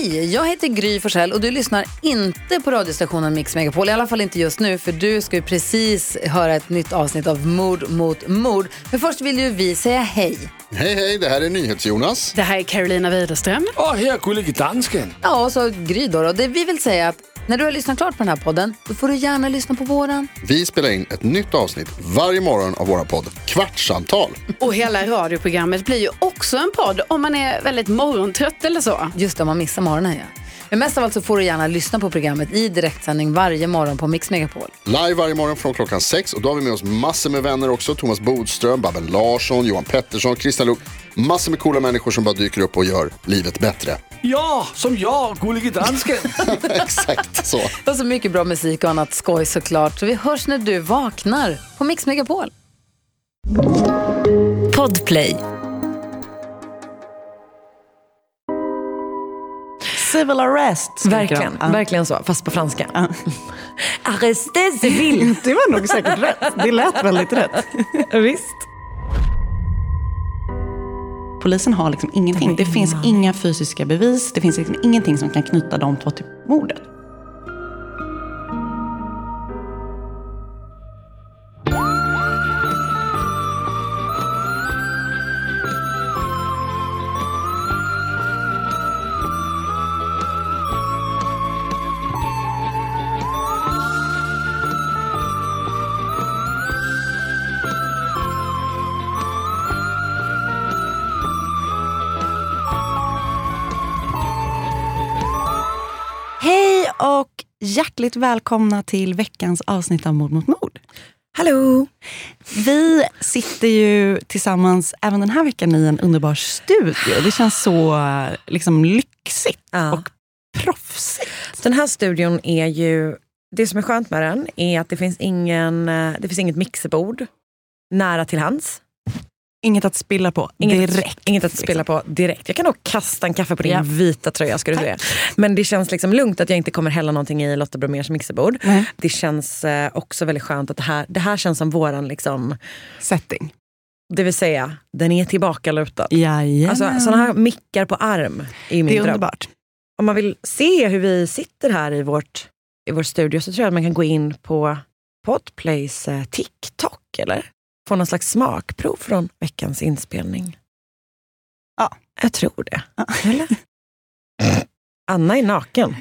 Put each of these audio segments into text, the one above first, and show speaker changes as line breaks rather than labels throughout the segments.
Hej, jag heter Gry Forssell och du lyssnar inte på radiostationen Mix Megapol. I alla fall inte just nu, för du ska ju precis höra ett nytt avsnitt av Mord mot mord. Men först vill ju vi säga hej.
Hej, det här är NyhetsJonas.
Det här är Carolina Widerström.
Och här är Gullige Dansken.
Ja, och så Gry då. Och det vi vill säga att när du har lyssnat klart på den här podden, då får du gärna lyssna på våran.
Vi spelar in ett nytt avsnitt varje morgon av våra podd Kvartsamtal.
Och hela radioprogrammet blir ju också en podd om man är väldigt morgontrött eller så.
Just det, om man missar morgonen, ja. Men mest av allt så får du gärna lyssna på programmet i direktsändning varje morgon på Mix Megapol.
Live varje morgon från klockan 6. Och då har vi med oss massor med vänner också. Thomas Bodström, Babben Larsson, Johan Pettersson, Christian Luuk. Massor med coola människor som bara dyker upp och gör livet bättre.
Ja, som jag, Gullige Dansken.
Exakt så.
Och så mycket bra musik och annat skoj såklart. Så vi hörs när du vaknar på Mix Megapol.
Podplay.
Civil arrest.
Verkligen, verkligen så, fast på franska. Arresté civil.
Det var nog säkert rätt. Det lät väldigt rätt.
Visst.
Polisen har liksom ingenting. Det finns inga fysiska bevis. Det finns liksom ingenting som kan knyta dem två till mordet. Hej och hjärtligt välkomna till veckans avsnitt av Mord mot mord.
Hallå!
Vi sitter ju tillsammans även den här veckan i en underbar studio. Det känns så liksom lyxigt och proffsigt.
Den här studion är ju, det som är skönt med den är att det finns inget mixerbord nära till hands.
Inget att spilla på direkt.
Inget att spilla på direkt. Jag kan nog kasta en kaffe på din vita tröja, ska du säga. Men det känns liksom lugnt att jag inte kommer hälla någonting i Lotta Bromers mixerbord. Det känns också väldigt skönt att det här känns som våran liksom
setting.
Det vill säga, den är tillbaka lutad. Alltså sådana här mickar på arm är min dröm.
Det är underbart.
Om man vill se hur vi sitter här i vår studio så tror jag att man kan gå in på Podplays TikTok, eller? Få någon slags smakprov från veckans inspelning.
Ja.
Jag tror det. Ja. Eller? Anna är naken.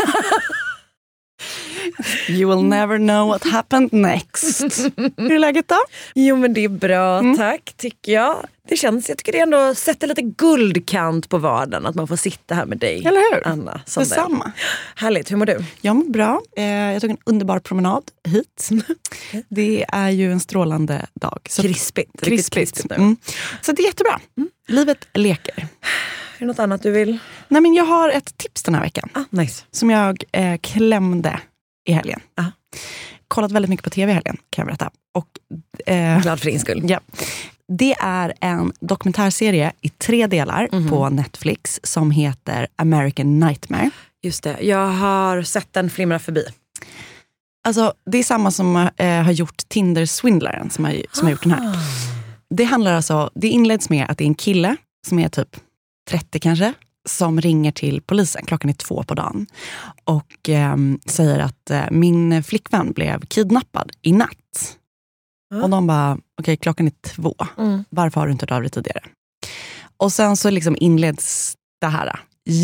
You will never know what happened next. Hur är läget då?
Jo, men det är bra, tack, tycker jag. Jag tycker det ändå sätter lite guldkant på vardagen att man får sitta här med dig.
Eller hur?
Anna.
Detsamma.
Härligt, hur mår du?
Jag mår bra. Jag tog en underbar promenad hit. Det är ju en strålande dag.
Krispigt nu.
Så det är jättebra. Livet leker.
Är det något annat du vill?
Nej, men jag har ett tips den här veckan.
Nice.
Som jag klämde i helgen. Kollat väldigt mycket på tv i helgen, kan jag berätta. Och,
glad för din skull.
Ja. Det är en dokumentärserie i 3 delar på Netflix som heter American Nightmare.
Just det, jag har sett den flimra förbi.
Alltså, det är samma som har gjort Tinder-swindlaren som har gjort den här. Det handlar alltså, det inleds med att det är en kille som är typ 30 kanske, som ringer till polisen. Klockan är 2 på dagen. Och säger att min flickvän blev kidnappad i natt. Och de bara, okej, klockan är 2. Varför har du inte hört av dig tidigare? Och sen så liksom inleds det här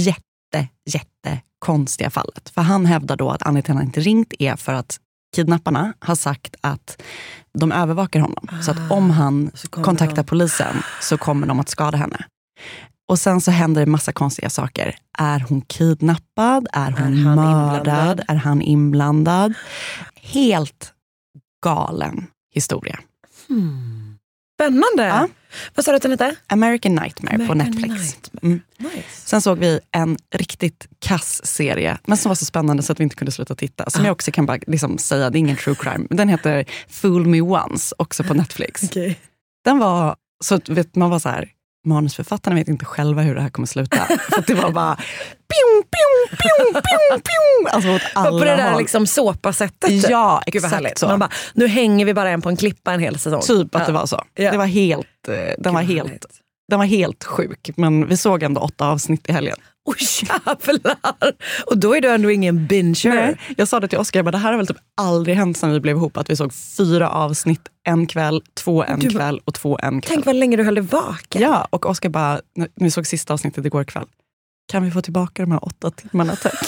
jätte konstiga fallet. För han hävdar då att anledningen till att han inte ringt är för att kidnapparna har sagt att de övervakar honom. Så att om han kontaktar polisen så kommer de att skada henne. Och sen så händer det massa konstiga saker. Är hon kidnappad? Är hon mördad? Är han inblandad? Helt galen historia.
Spännande.
Ja.
Vad sa du att den heter?
American Nightmare på Netflix.
Nice.
Sen såg vi en riktigt kass serie, men som var så spännande så att vi inte kunde sluta titta. Som jag också kan bara liksom säga, det är ingen true crime. Den heter Fool Me Once, också på Netflix.
Okay.
Den var, så vet man var så här, manusförfattarna vet inte själva hur det här kommer sluta. För att det var bara pium, pium, pium, pium, pium. Alltså åt alla
på det där
håll.
liksom såpa-sättet.
Ja,
Gud, vad
exakt
härligt.
så.
Man bara, nu hänger vi bara en på en klippa en hel säsong.
Typ att det var så.
Ja.
Det var helt, den var helt sjuk. Men vi såg ändå 8 avsnitt i helgen.
Och jävlar! Och då är du ändå ingen binger.
Nej, jag sa det till Oscar, men det här har väl typ aldrig hänt sedan vi blev ihop, att vi såg 4 avsnitt en kväll, 2 en kväll och 2 en kväll.
Tänk vad länge du höll dig vaken.
Ja, och Oscar bara, när vi såg sista avsnittet igår kväll, kan vi få tillbaka de här 8 timmarna, tack?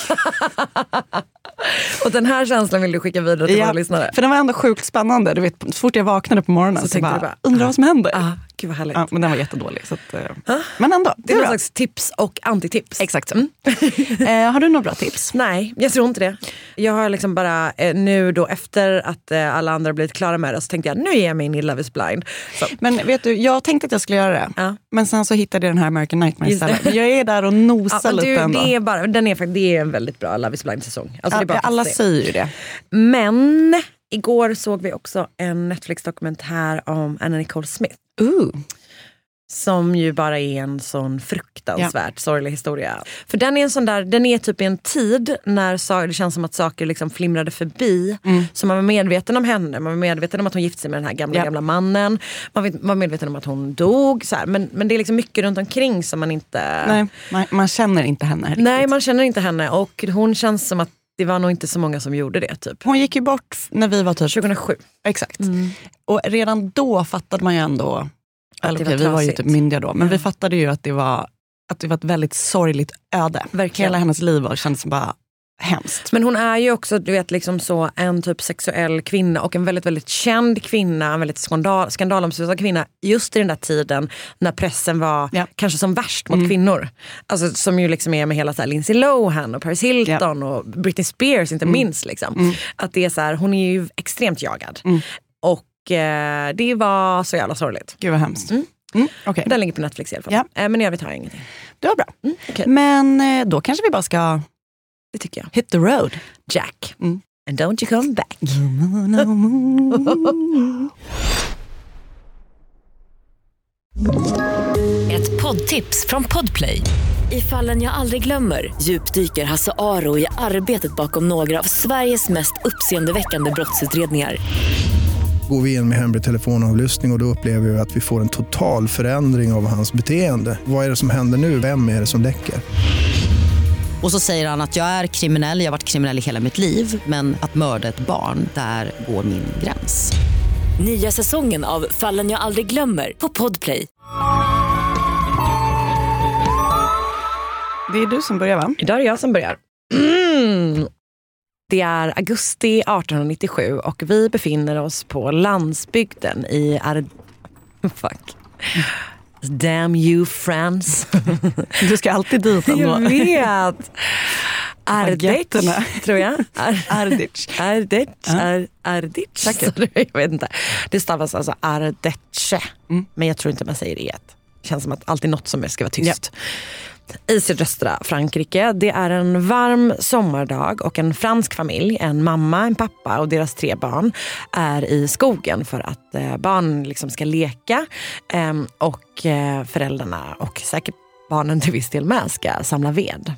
Och den här känslan vill du skicka vidare till våra lyssnare?
För den var ändå sjukt spännande. Du vet, så fort jag vaknade på morgonen så bara, undrar vad som händer.
Gud vad härligt.
Ja, men den var jättedålig. Så att, men ändå,
det är någon slags tips och antitips.
Exakt så. Har du några bra tips?
Nej, jag tror inte det. Jag har liksom bara nu då efter att alla andra blivit klara med det, så tänkte jag, nu ger jag mig in i Love is blind. Så.
Men vet du, jag tänkte att jag skulle göra det.
Ja.
Men sen så hittade jag den här American Nightmare istället. Men jag är där och nosar lite ändå.
Det är en väldigt bra Love is blind-säsong. Alltså, det är bara
alla säger ju det.
Men igår såg vi också en Netflix-dokumentär om Anna Nicole Smith. Som ju bara är en sån fruktansvärt sorglig historia. För den är en sån där, den är typ i en tid när det känns som att saker liksom flimrade förbi. Så man var medveten om henne, man var medveten om att hon gifte sig med den här gamla mannen. Man var medveten om att hon dog. Så här. Men det är liksom mycket runt omkring som man inte...
Nej, man känner inte henne riktigt.
Nej, man känner inte henne. Och hon känns som att det var nog inte så många som gjorde det typ.
Hon gick ju bort när vi var typ...
2007.
Exakt. Och redan då fattade man ju ändå... vi var ju typ myndiga då. Men vi fattade ju att det var ett väldigt sorgligt öde.
Verkligen.
Hela hennes liv kändes bara hemskt.
Men hon är ju också, du vet, liksom så en typ sexuell kvinna och en väldigt, väldigt känd kvinna, en väldigt skandalomsusad kvinna just i den där tiden när pressen var kanske som värst mot kvinnor. Alltså som ju liksom är med hela så här Lindsay Lohan och Paris Hilton och Britney Spears inte minst liksom. Att det är så här, hon är ju extremt jagad. Och det var så jävla sorgligt.
Gud vad hemskt. Okay.
Den ligger på Netflix i alla fall. Ja. Men jag vet har ingenting.
Det var bra.
Okay.
Men då kanske vi bara ska...
Det tycker jag.
Hit the road.
Jack. And don't you come back.
Ett poddtips från Podplay. I Fallen jag aldrig glömmer djupdyker Hasse Aro i arbetet bakom några av Sveriges mest uppseendeväckande brottsutredningar.
Går vi in med hemlig telefonavlyssning och då upplever vi att vi får en total förändring av hans beteende. Vad är det som händer nu? Vem är det som läcker?
Och så säger han att jag är kriminell, jag har varit kriminell i hela mitt liv. Men att mörda ett barn, där går min gräns.
Nya säsongen av Fallen jag aldrig glömmer på Podplay.
Det är du som börjar, va?
Idag är jag som börjar. Det är augusti 1897 och vi befinner oss på landsbygden i Fuck. Damn you, France.
Du ska alltid dit ändå.
Jag vet. Ardèche, tror jag. Ardèche. Jag vet inte. Det stavas alltså Ardèche. Men jag tror inte man säger det. Det känns som att alltid något som ska vara tyst. I sydöstra Frankrike. Det är en varm sommardag och en fransk familj, en mamma, en pappa och deras 3 barn är i skogen för att barn liksom ska leka och föräldrarna och säkert barnen till viss del med ska samla ved.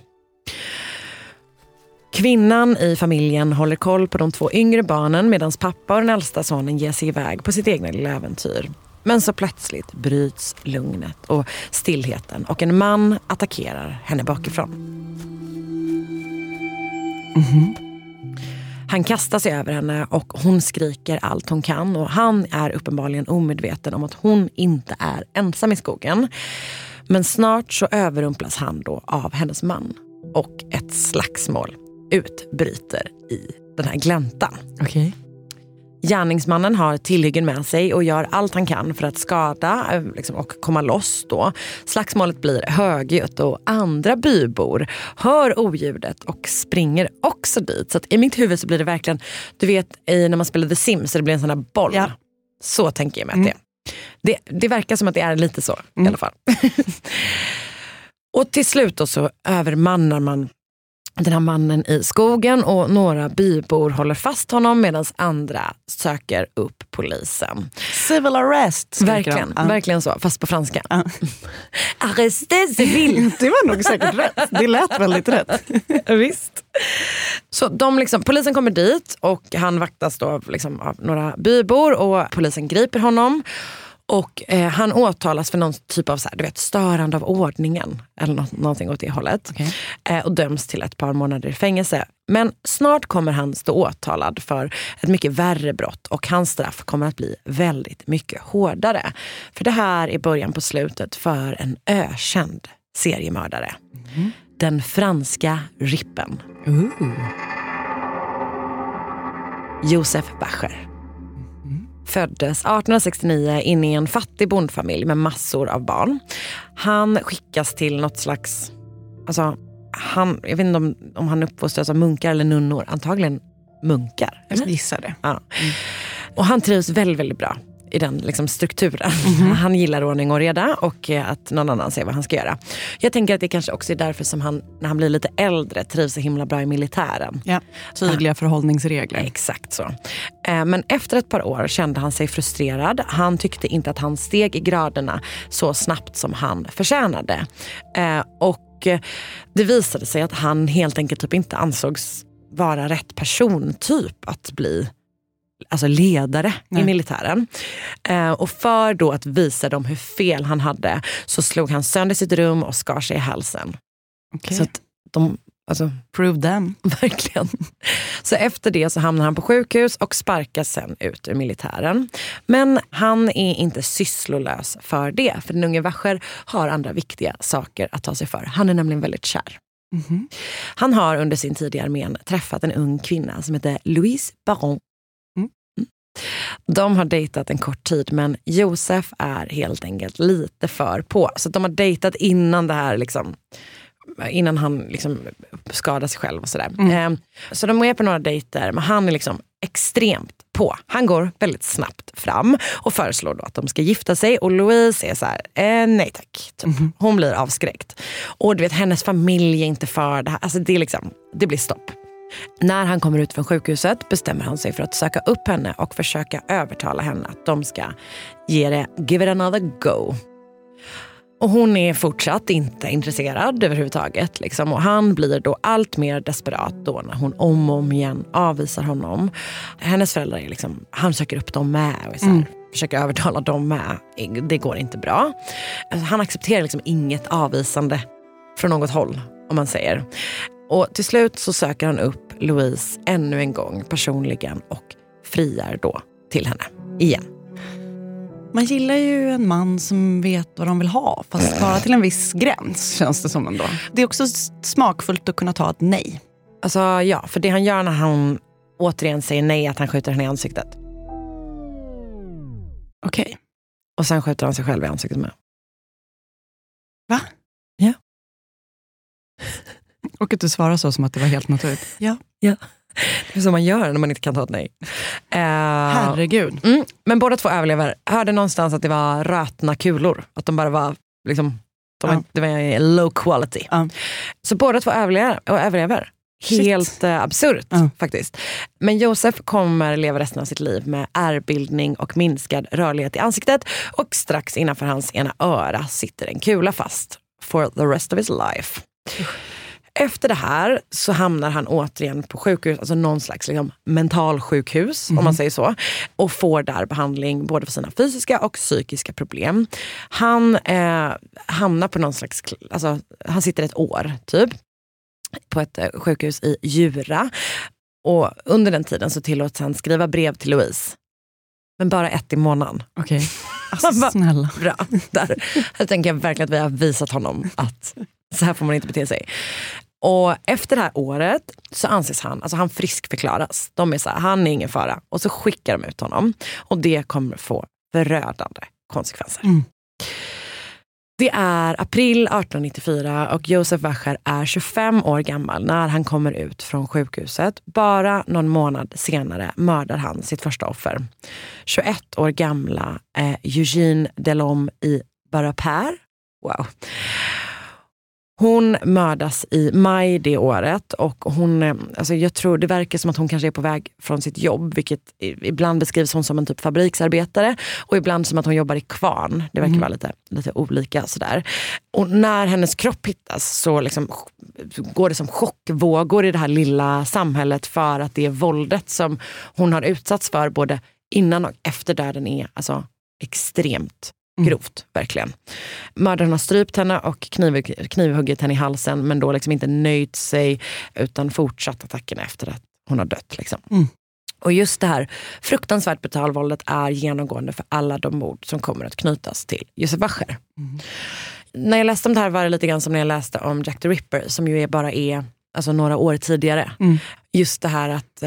Kvinnan i familjen håller koll på de 2 yngre barnen medan pappa och den äldsta sonen ger sig iväg på sitt egna lilla äventyr. Men så plötsligt bryts lugnet och stillheten och en man attackerar henne bakifrån. Han kastar sig över henne och hon skriker allt hon kan och han är uppenbarligen omedveten om att hon inte är ensam i skogen. Men snart så överrumplas han då av hennes man och ett slagsmål utbryter i den här gläntan.
Okej.
Gärningsmannen har tillhyggen med sig och gör allt han kan för att skada liksom, och komma loss då. Slagsmålet blir högljutt och andra bybor hör oljudet och springer också dit. Så att i mitt huvud så blir det verkligen, du vet när man spelar The Sims så det blir en sån här boll. Ja. Så tänker jag mig att det verkar som att det är lite så i alla fall. Och till slut då så övermannar man den här mannen i skogen och några bybor håller fast honom medan andra söker upp polisen.
Civil arrest.
Verkligen så, fast på franska. Arresté civil.
Det var nog säkert rätt. Det lät väldigt rätt.
Visst. Så polisen kommer dit och han vaktas då liksom av några bybor och polisen griper honom. Och han åtalas för någon typ av störande av ordningen. Eller någonting åt det hållet. Okay. Och döms till ett par månader i fängelse. Men snart kommer han stå åtalad för ett mycket värre brott. Och hans straff kommer att bli väldigt mycket hårdare. För det här är början på slutet för en ökänd seriemördare. Den franska Rippen. Josef Vacher. Föddes 1869 in i en fattig bondfamilj med massor av barn. Han skickas till något slags... jag vet inte om han uppfostras av munkar eller nunnor. Antagligen munkar.
Jag gissar det.
Ja. Och han trivs väldigt, väldigt bra i den liksom strukturen. Han gillar ordning och reda och att någon annan ser vad han ska göra. Jag tänker att det kanske också är därför som han, när han blir lite äldre, trivs så himla bra i militären.
Ja, tydliga förhållningsregler.
Exakt så. Men efter ett par år kände han sig frustrerad. Han tyckte inte att han steg i graderna så snabbt som han förtjänade. Och det visade sig att han helt enkelt typ inte ansågs vara rätt persontyp att bli ledare i militären. Och för då att visa dem hur fel han hade så slog han sönder sitt rum och skar sig i halsen.
Okay.
Så att de...
prove them.
Verkligen. Så efter det så hamnar han på sjukhus och sparkas sen ut ur militären. Men han är inte sysslolös för det. För den unge Vacher har andra viktiga saker att ta sig för. Han är nämligen väldigt kär. Han har under sin tid i armén träffat en ung kvinna som heter Louise Baron. De har dejtat en kort tid, men Josef är helt enkelt lite för på. Så de har dejtat innan det här innan han skadar sig själv och sådär. Så de är på några dejter, men han är extremt på. Han går väldigt snabbt fram och föreslår då att de ska gifta sig. Och Louise är så här, nej tack. Typ. Hon blir avskräckt. Och du vet, hennes familj är inte för det här. Alltså det blir stopp. När han kommer ut från sjukhuset bestämmer han sig för att söka upp henne och försöka övertala henne att de ska give it another go. Och hon är fortsatt inte intresserad överhuvudtaget. Och han blir då allt mer desperat då när hon om och om igen avvisar honom. Hennes föräldrar är han söker upp dem med och försöker övertala dem med. Det går inte bra. Han accepterar inget avvisande från något håll, om man säger. Och till slut så söker han upp Louise ännu en gång personligen och friar då till henne igen.
Man gillar ju en man som vet vad de vill ha, fast bara till en viss gräns, känns det som ändå. Det är också smakfullt att kunna ta ett nej.
Ja, för det han gör när han återigen säger nej, att han skjuter henne i ansiktet.
Okej.
Och sen skjuter han sig själv i ansiktet med.
Va?
Ja.
Och att du svarar så som att det var helt naturligt. Ja.
Det är så man gör när man inte kan ta ett nej.
Herregud.
Men båda två överlever. Hörde någonstans att det var rötna kulor. Att de bara var det var low quality. Så båda två överlever. Helt absurt faktiskt. Men Josef kommer leva resten av sitt liv med ärrbildning och minskad rörlighet i ansiktet. Och strax innanför hans ena öra sitter en kula fast. For the rest of his life. Efter det här så hamnar han återigen på sjukhus, alltså någon slags mentalsjukhus om man säger så, och får där behandling både för sina fysiska och psykiska problem. Han hamnar på någon slags, han sitter ett år typ på ett sjukhus i Djura, och under den tiden så tillåts han skriva brev till Louise. Men bara 1 i månaden.
Okej. Alltså, snälla.
Bra. Här tänker jag verkligen att vi har visat honom att så här får man inte bete sig. Och efter det här året så anses han friskförklaras. De är så här, han är ingen fara. Och så skickar de ut honom. Och det kommer få förödande konsekvenser. Det är april 1894 och Josef Vacher är 25 år gammal när han kommer ut från sjukhuset. Bara någon månad senare mördar han sitt första offer. 21 år gamla Eugène Delhomme i Barapère. Wow. Hon mördas i maj det året och jag tror det verkar som att hon kanske är på väg från sitt jobb, vilket ibland beskrivs hon som en typ fabriksarbetare och ibland som att hon jobbar i kvarn. Det verkar vara lite olika sådär. Och när hennes kropp hittas så går det som chockvågor i det här lilla samhället för att det våldet som hon har utsatts för både innan och efter döden är extremt grovt, verkligen. Mördaren har strypt henne och knivhuggit henne i halsen, men då liksom inte nöjt sig utan fortsatt attacken efter att hon har dött. Liksom. Och just det här fruktansvärt brutalvåldet är genomgående för alla de mord som kommer att knytas till Josef Wacher. När jag läste om det här var det lite grann som när jag läste om Jack the Ripper, som ju bara är alltså, några år tidigare. Just det här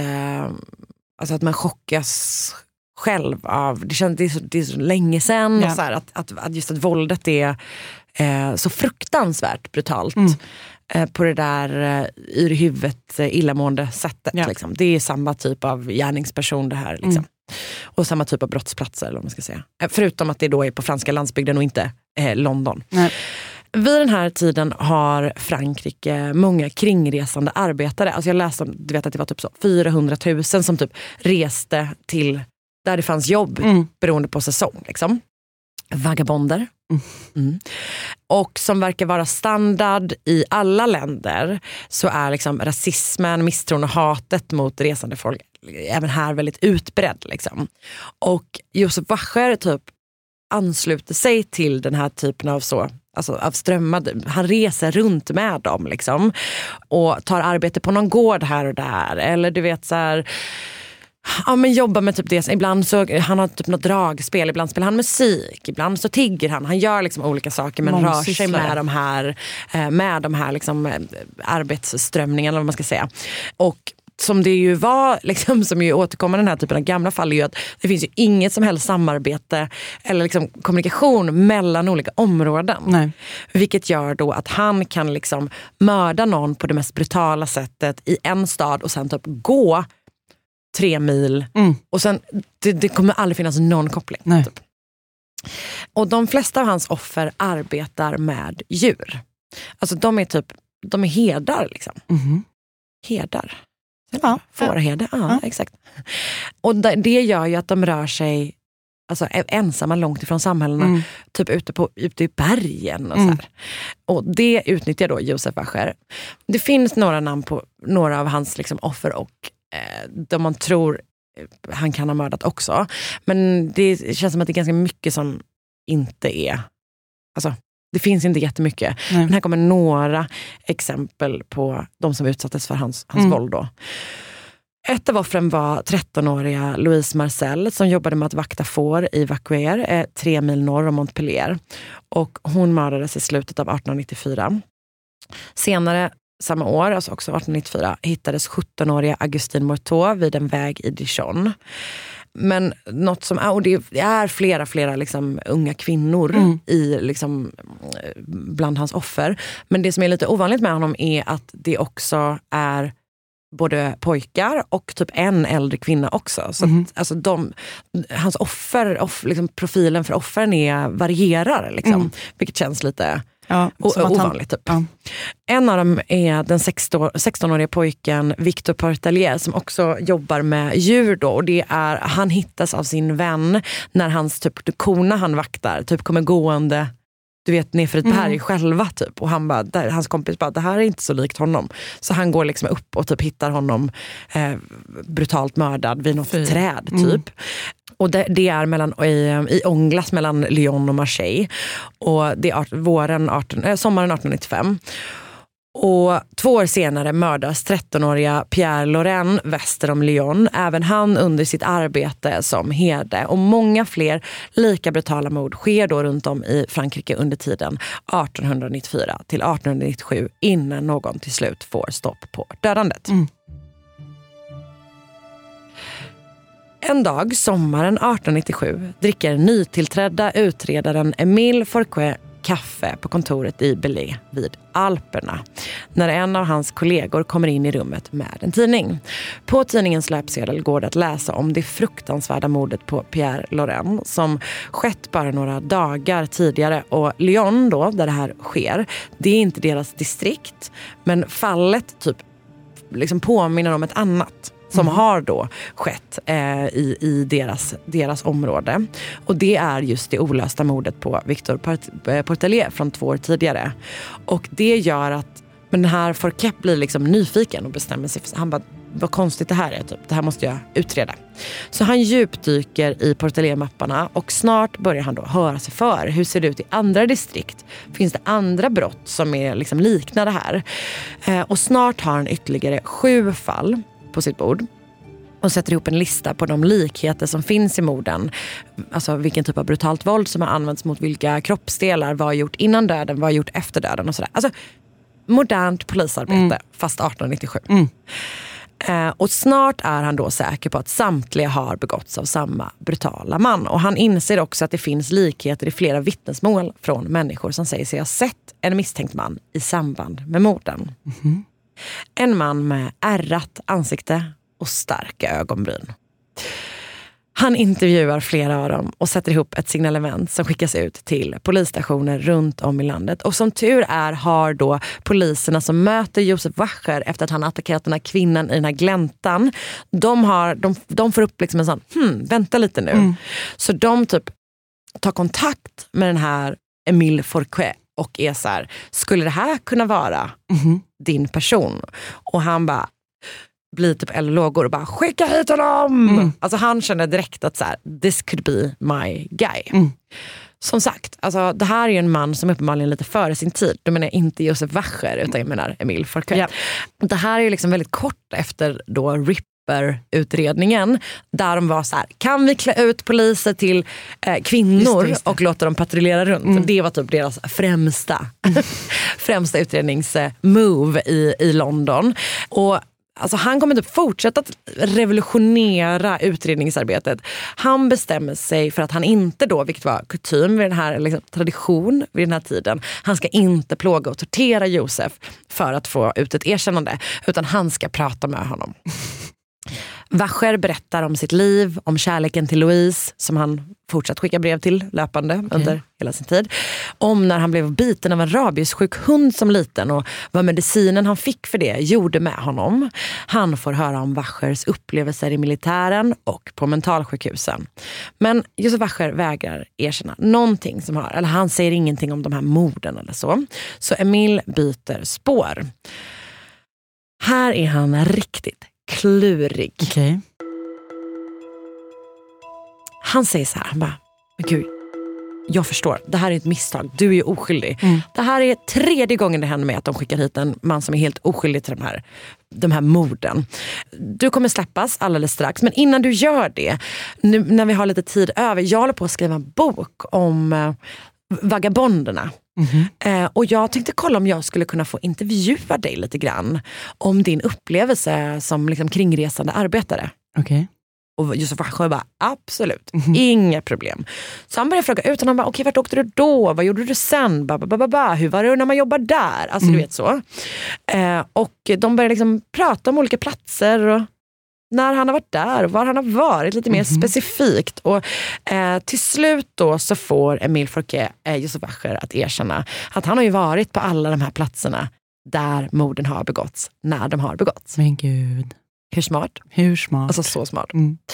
att man chockas själv av, det är så länge sedan och så här, att just att våldet är så fruktansvärt brutalt på det där yr i huvudet illamående sättet. Liksom. Det är samma typ av gärningsperson det här. Liksom. Och samma typ av brottsplatser, eller vad man ska säga. Förutom att det då är på franska landsbygden och inte London. Nej. Vid den här tiden har Frankrike många kringresande arbetare. Alltså jag läste om, du vet att det var typ så 400 000 som typ reste till där det fanns jobb beroende på säsong. Liksom. Vagabonder. Och som verkar vara standard i alla länder så är liksom rasismen, misstron och hatet mot resande folk även här väldigt utbredd. Liksom. Och Josef Wacher typ ansluter sig till den här typen av så, alltså av strömmade, han reser runt med dem liksom, och tar arbete på någon gård här och där, eller du vet så här, ja men jobbar med typ det, ibland så han har typ något dragspel, ibland spelar han musik, ibland så tigger han gör liksom olika saker men rör sig med de här liksom arbetsströmningarna, vad man ska säga. Och som det ju var, liksom, som ju återkommer den här typen av gamla fall, är ju att det finns ju inget som helst samarbete eller liksom kommunikation mellan olika områden. Nej. Vilket gör då att han kan liksom mörda någon på det mest brutala sättet i en stad och sen typ gå 3 mil och sen det kommer aldrig finnas någon koppling. Typ. Och de flesta av hans offer arbetar med djur. Alltså de är herdar liksom. Herdar. Ja, fåraherde, ja, exakt. Och det gör ju att de rör sig alltså, ensamma långt ifrån samhällena, typ ute i bergen och så här. Och det utnyttjar då Josef Wacher. Det finns några namn på några av hans liksom, offer och de man tror han kan ha mördat också. Men det känns som att det är ganska mycket som inte är, alltså det finns inte jättemycket. Men här kommer några exempel på de som utsattes för hans våld då. Ett av offren var 13-åriga Louise Marcel som jobbade med att vakta får i Vauquer, 3 mil norr om Montpellier. Och hon mördades i slutet av 1894. Senare samma år, alltså också 1894, hittades 17-åriga Augustine Morteau vid en väg i Dijon. Men något som och det är flera liksom unga kvinnor i liksom bland hans offer. Men det som är lite ovanligt med honom är att det också är både pojkar och typ en äldre kvinna också. Så att, alltså hans liksom profilen för offren varierar liksom, vilket känns lite ovanligt typ. En av dem är den 16-åriga pojken Victor Portalier som också jobbar med djur då, och han hittas av sin vän när hans typ kona han vaktar typ kommer gående, du vet, ner för ett berg själva typ, och han hans kompis bara, det här är inte så likt honom, så han går liksom upp och typ hittar honom brutalt mördad vid något träd typ. Och det är i Ånglas mellan Lyon och Marseille, och det är sommaren 1895. Och 2 år senare mördas 13-åriga Pierre Laurent väster om Lyon, även han under sitt arbete som herde. Och många fler lika brutala mord sker då runt om i Frankrike under tiden 1894 till 1897 innan någon till slut får stopp på dödandet. En dag, sommaren 1897, dricker nytillträdda utredaren Émile Fourquet kaffe på kontoret i Belay vid Alperna när en av hans kollegor kommer in i rummet med en tidning. På tidningens löpsedel går det att läsa om det fruktansvärda mordet på Pierre Laurent som skett bara några dagar tidigare, och Lyon då, där det här sker, det är inte deras distrikt, men fallet typ liksom påminner om ett annat som har då skett i deras område. Och det är just det olösta mordet på Victor Portalier från 2 år tidigare. Och det gör att den här Fourquet blir liksom nyfiken och bestämmer sig för, han bara, vad konstigt det här är. Typ. Det här måste jag utreda. Så han djupdyker i Portalia-mapparna och snart börjar han då höra sig för. Hur ser det ut i andra distrikt? Finns det andra brott som är liksom liknande här? Och snart har han ytterligare 7 fall på sitt bord. Och sätter ihop en lista på de likheter som finns i morden. Alltså vilken typ av brutalt våld som har använts mot vilka kroppsdelar. Vad har gjort innan döden, vad har gjort efter döden och sådär. Alltså modernt polisarbete fast 1897. Och snart är han då säker på att samtliga har begåtts av samma brutala man. Och han inser också att det finns likheter i flera vittnesmål från människor som säger sig ha sett en misstänkt man i samband med morden. En man med ärrat ansikte och starka ögonbryn. Han intervjuar flera av dem och sätter ihop ett signalement som skickas ut till polisstationer runt om i landet. Och som tur är har då poliserna som möter Josef Wacher efter att han attackerat den här kvinnan i den här gläntan. De får upp liksom en sån, vänta lite nu. Så de typ tar kontakt med den här Emile Forquet och är så här, skulle det här kunna vara din person? Och han bara blir typ lågor och bara skicka hit honom. Alltså han känner direkt att så här, this could be my guy. Som sagt, alltså det här är ju en man som uppenbarligen är lite före sin tid. Då menar jag inte Josef Wacher utan jag menar Emile Forquet. Det här är ju liksom väldigt kort efter då Ripper-utredningen där de var så här, kan vi klä ut poliser till kvinnor just det. Och låta dem patrullera runt. Det var typ deras främsta utredningsmove i London. Och alltså han kommer typ fortsätta att revolutionera utredningsarbetet. Han bestämmer sig för att han inte då, vilket var kutym vid den här liksom, tradition vid den här tiden, han ska inte plåga och tortera Josef för att få ut ett erkännande, utan han ska prata med honom. Wacher berättar om sitt liv, om kärleken till Louise som han fortsatt skicka brev till löpande under hela sin tid. Om när han blev biten av en rabiessjuk hund som liten och vad medicinen han fick för det gjorde med honom. Han får höra om Wachers upplevelser i militären och på mentalsjukhusen. Men Josef Wacher vägrar erkänna någonting som har, eller han säger ingenting om de här morden eller så. Så Emile byter spår. Här är han riktigt klurig. Han säger så här, han bara, men gud, jag förstår, det här är ett misstag, du är ju oskyldig. Det här är 3:e gången det händer med att de skickar hit en man som är helt oskyldig till de här morden. Du kommer släppas alldeles strax, men innan du gör det, nu när vi har lite tid över, jag håller på att skriva en bok om vagabonderna. Och jag tänkte kolla om jag skulle kunna få intervjua dig lite grann om din upplevelse som liksom kringresande arbetare. Och Josef Wacher bara, absolut, inga problem. Så han började fråga ut och han bara, okej, vart åkte du då? Vad gjorde du sen? Hur var det när man jobbar där? Alltså du vet så. Och de började liksom prata om olika platser och när han har varit där och var han har varit lite mer specifikt. Och till slut då så får Emile Forquet Josef Wacher att erkänna att han har ju varit på alla de här platserna där morden har begåtts, när de har begåtts.
Men gud.
Hur smart?
Hur smart?
Alltså så smart.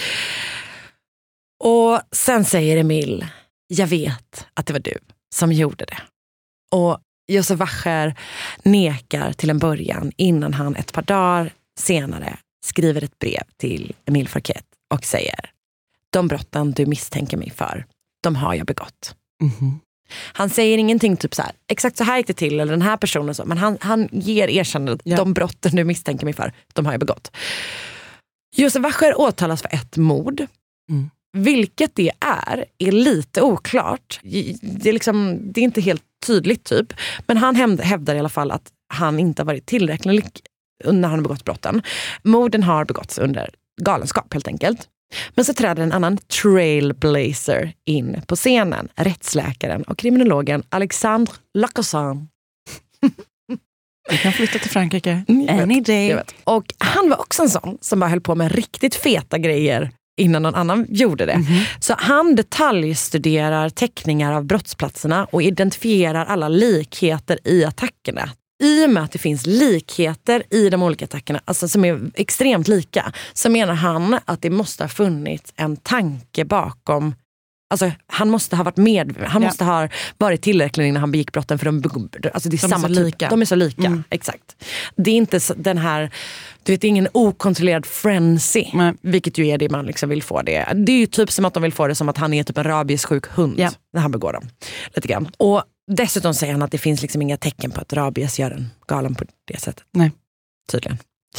Och sen säger Emile, jag vet att det var du som gjorde det. Och Josef Wacher nekar till en början innan han ett par dagar senare skriver ett brev till Emile Forquet och säger, de brotten du misstänker mig för, de har jag begått. Han säger ingenting typ så här, exakt så här gick det till eller den här personen så, men han ger erkännandet, de brotten du misstänker mig för, de har jag begått. Josef Wacher åtalas för ett mord. Vilket det är lite oklart. Det är inte helt tydligt typ, men han hävdar i alla fall att han inte har varit tillräckligt när han har begått brotten. Morden har begåtts under galenskap helt enkelt. Men så träder en annan trailblazer in på scenen. Rättsläkaren och kriminologen Alexandre Lacassagne.
Du kan flytta till Frankrike. Any day.
Och han var också en sån som bara höll på med riktigt feta grejer innan någon annan gjorde det. Så han detaljstuderar teckningar av brottsplatserna och identifierar alla likheter i attackerna. I och med att det finns likheter i de olika attackerna, alltså som är extremt lika, så menar han att det måste ha funnits en tanke bakom. Alltså han måste ha varit han måste ha varit tillräcklig innan han begick brotten, för alltså det är samma typ. De är så lika, exakt. Det är inte den här, Du vet, ingen okontrollerad frenzy.
Nej.
Vilket ju är det man liksom vill få det. Det är ju typ som att de vill få det som att han är typ en rabiessjuk hund.
Ja.
När han begår dem. Lite grann. Och dessutom säger han att det finns liksom inga tecken på att rabies gör en galen på det sättet.
Nej.
Tydligen.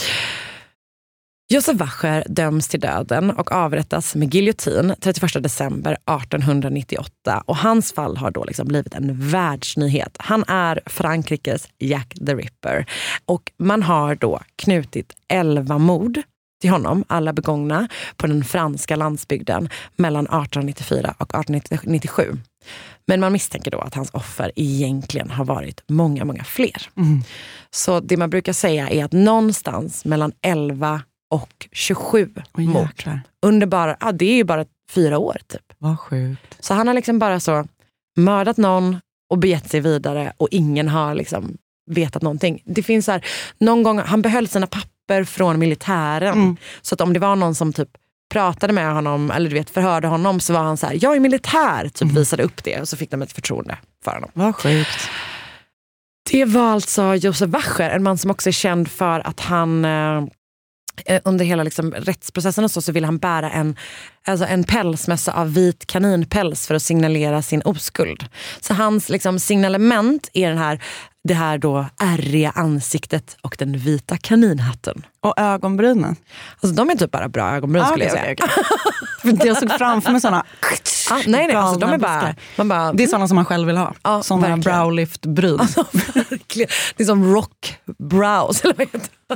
Josef Wascher döms till döden och avrättas med giljotin 31 december 1898. Och hans fall har då liksom blivit en världsnyhet. Han är Frankrikes Jack the Ripper. Och man har då knutit 11 mord till honom, alla begångna på den franska landsbygden mellan 1894 och 1897. Men man misstänker då att hans offer egentligen har varit många, många fler. Så det man brukar säga är att någonstans mellan 11 och 27 mord. Under bara, det är ju bara 4 år typ.
Vad sjukt.
Så han har liksom bara så mördat någon och begett sig vidare och ingen har liksom vetat någonting. Det finns så här, någon gång, han behöll sina papper från militären. Så att om det var någon som typ pratade med honom eller du vet förhörde honom så var han så här, jag är militär, typ visade upp det och så fick de ett förtroende för honom.
Vad sjukt.
Det var alltså Josef Wascher, en man som också är känd för att han under hela liksom rättsprocessen och så vill han bära en pälsmössa av vit kaninpäls för att signalera sin oskuld. Så hans liksom signalement är det här då ärriga ansiktet och den vita kaninhatten.
Och ögonbrynen.
Alltså de är typ bara bra ögonbryn skulle jag säga.
För jag såg framför mig såna.
Nej, alltså de är bara
det är såna som man själv vill ha.
Ja,
såna
verkligen.
browlift-bryn.
Alltså, verkligen. Det är som rock brows eller vad heter det?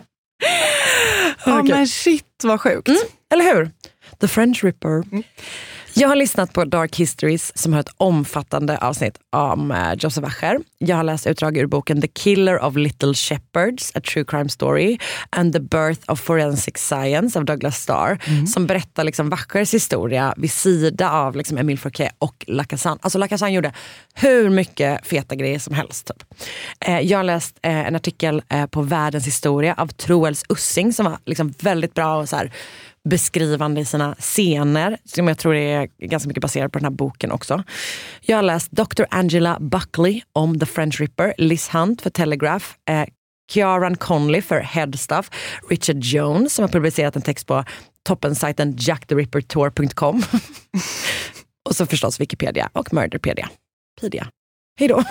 Ja, men shit vad sjukt.
Eller hur? The French Ripper. Jag har lyssnat på Dark Histories som har ett omfattande avsnitt om Josef Wascher. Jag har läst utdrag ur boken The Killer of Little Shepherds, A True Crime Story and The Birth of Forensic Science av Douglas Starr som berättar liksom Waschers historia vid sida av liksom Emile Fouquet och Lacassagne. Alltså Lacassagne gjorde hur mycket feta grejer som helst. Typ. Jag har läst en artikel på Världens historia av Troels Ussing som var liksom väldigt bra och så här beskrivande i sina scener som jag tror är ganska mycket baserad på den här boken också. Jag har läst Dr. Angela Buckley om The French Ripper, Liz Hunt för Telegraph, Kieran Conley för Headstuff, Richard Jones som har publicerat en text på toppensajten jacktherippertour.com och så förstås Wikipedia och Murderpedia. Hej då!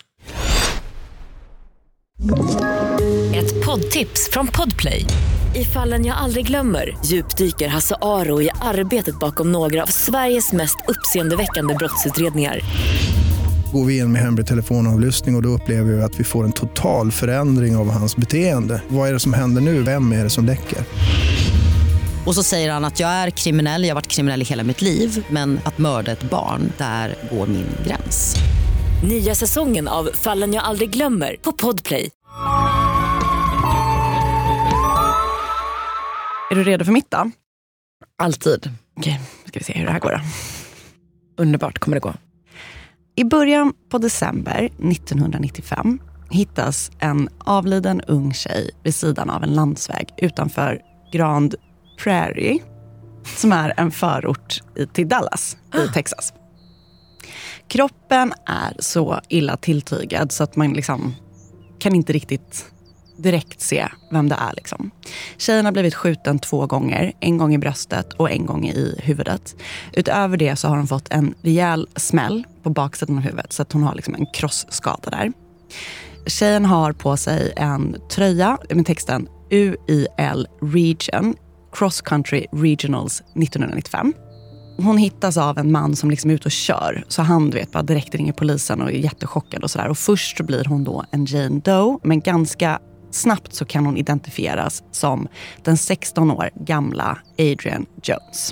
Ett poddtips från Podplay. I Fallen jag aldrig glömmer djupdyker Hasse Aro i arbetet bakom några av Sveriges mest uppseendeväckande brottsutredningar.
Går vi in med hemlig telefonavlyssning och då upplever vi att vi får en total förändring av hans beteende. Vad är det som händer nu? Vem är det som läcker?
Och så säger han att jag är kriminell, jag har varit kriminell i hela mitt liv. Men att mörda ett barn, där går min gräns.
Nya säsongen av Fallen jag aldrig glömmer på Podplay.
Är du redo för mitt då?
Alltid.
Okej, ska vi se hur det här går då.
Underbart kommer det gå.
I början på december 1995 hittas en avliden ung tjej vid sidan av en landsväg utanför Grand Prairie som är en förort till Dallas i Texas. Kroppen är så illa tilltygad så att man liksom kan inte riktigt direkt se vem det är liksom. Tjejen har blivit skjuten 2 gånger, en gång i bröstet och en gång i huvudet. Utöver det så har hon fått en rejäl smäll på baksidan av huvudet så att hon har liksom en krossskada där. Tjejen har på sig en tröja med texten UIL Region, Cross Country Regionals 1995. Hon hittas av en man som liksom är ute och kör. Så han bara direkt ringer polisen och är jättechockad och sådär. Och först så blir hon då en Jane Doe. Men ganska snabbt så kan hon identifieras som den 16 år gamla Adrian Jones.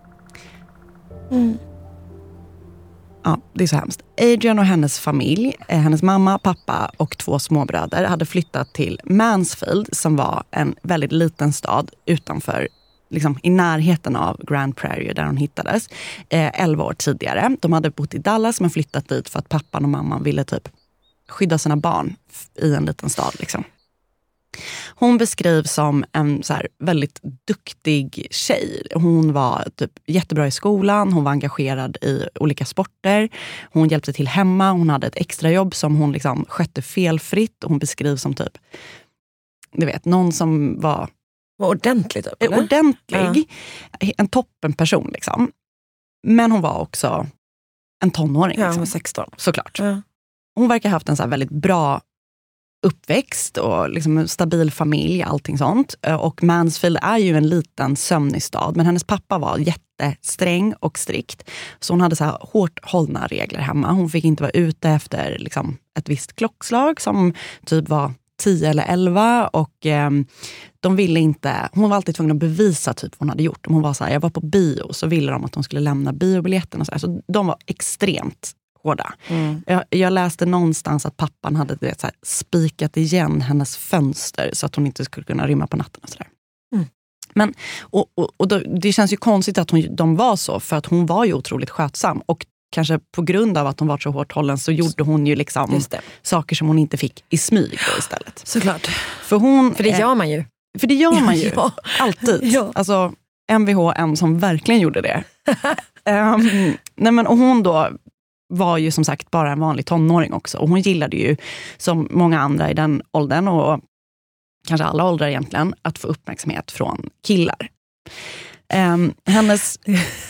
Ja, det är så hemskt. Adrian och hennes familj, hennes mamma, pappa och 2 småbröder hade flyttat till Mansfield som var en väldigt liten stad utanför, liksom i närheten av Grand Prairie där hon hittades 11 år tidigare. De hade bott i Dallas men flyttat dit för att pappan och mamman ville typ skydda sina barn i en liten stad liksom. Hon beskrivs som en så här väldigt duktig tjej. Hon var typ jättebra i skolan, hon var engagerad i olika sporter. Hon hjälpte till hemma, hon hade ett extrajobb som hon liksom skötte felfritt. Hon beskrivs som typ du vet, någon som var
ordentlig typ, eller?
Ordentlig. Ja. En toppenperson liksom. Men hon var också en tonåring.
Ja,
liksom.
hon var 16.
Såklart.
Ja.
Hon verkar ha haft en så här väldigt bra uppväxt och liksom en stabil familj, allting sånt. Och Mansfield är ju en liten sömnig stad, men hennes pappa var jättesträng och strikt. Så hon hade så här hårt hållna regler hemma. Hon fick inte vara ute efter liksom ett visst klockslag som typ var 10 eller 11 och de ville inte, hon var alltid tvungen att bevisa typ vad hon hade gjort. Om hon var så här, jag var på bio, så ville de att hon skulle lämna biobiljetten och så här. Så de var extremt hårda. Jag läste någonstans att pappan hade så här, spikat igen hennes fönster så att hon inte skulle kunna rymma på natten och sådär. Men, och då, det känns ju konstigt att de var så, för att hon var ju otroligt skötsam och kanske på grund av att hon var så hårt hållen så gjorde hon ju liksom saker som hon inte fick i smyg då istället.
Såklart.
För
det gör man ju.
För det gör man ju.
Ja.
Alltid.
Ja.
Alltså MVHM som verkligen gjorde det. Nej men, och hon då var ju som sagt bara en vanlig tonåring också. Och hon gillade ju, som många andra i den åldern och kanske alla åldrar egentligen, att få uppmärksamhet från killar. Hennes...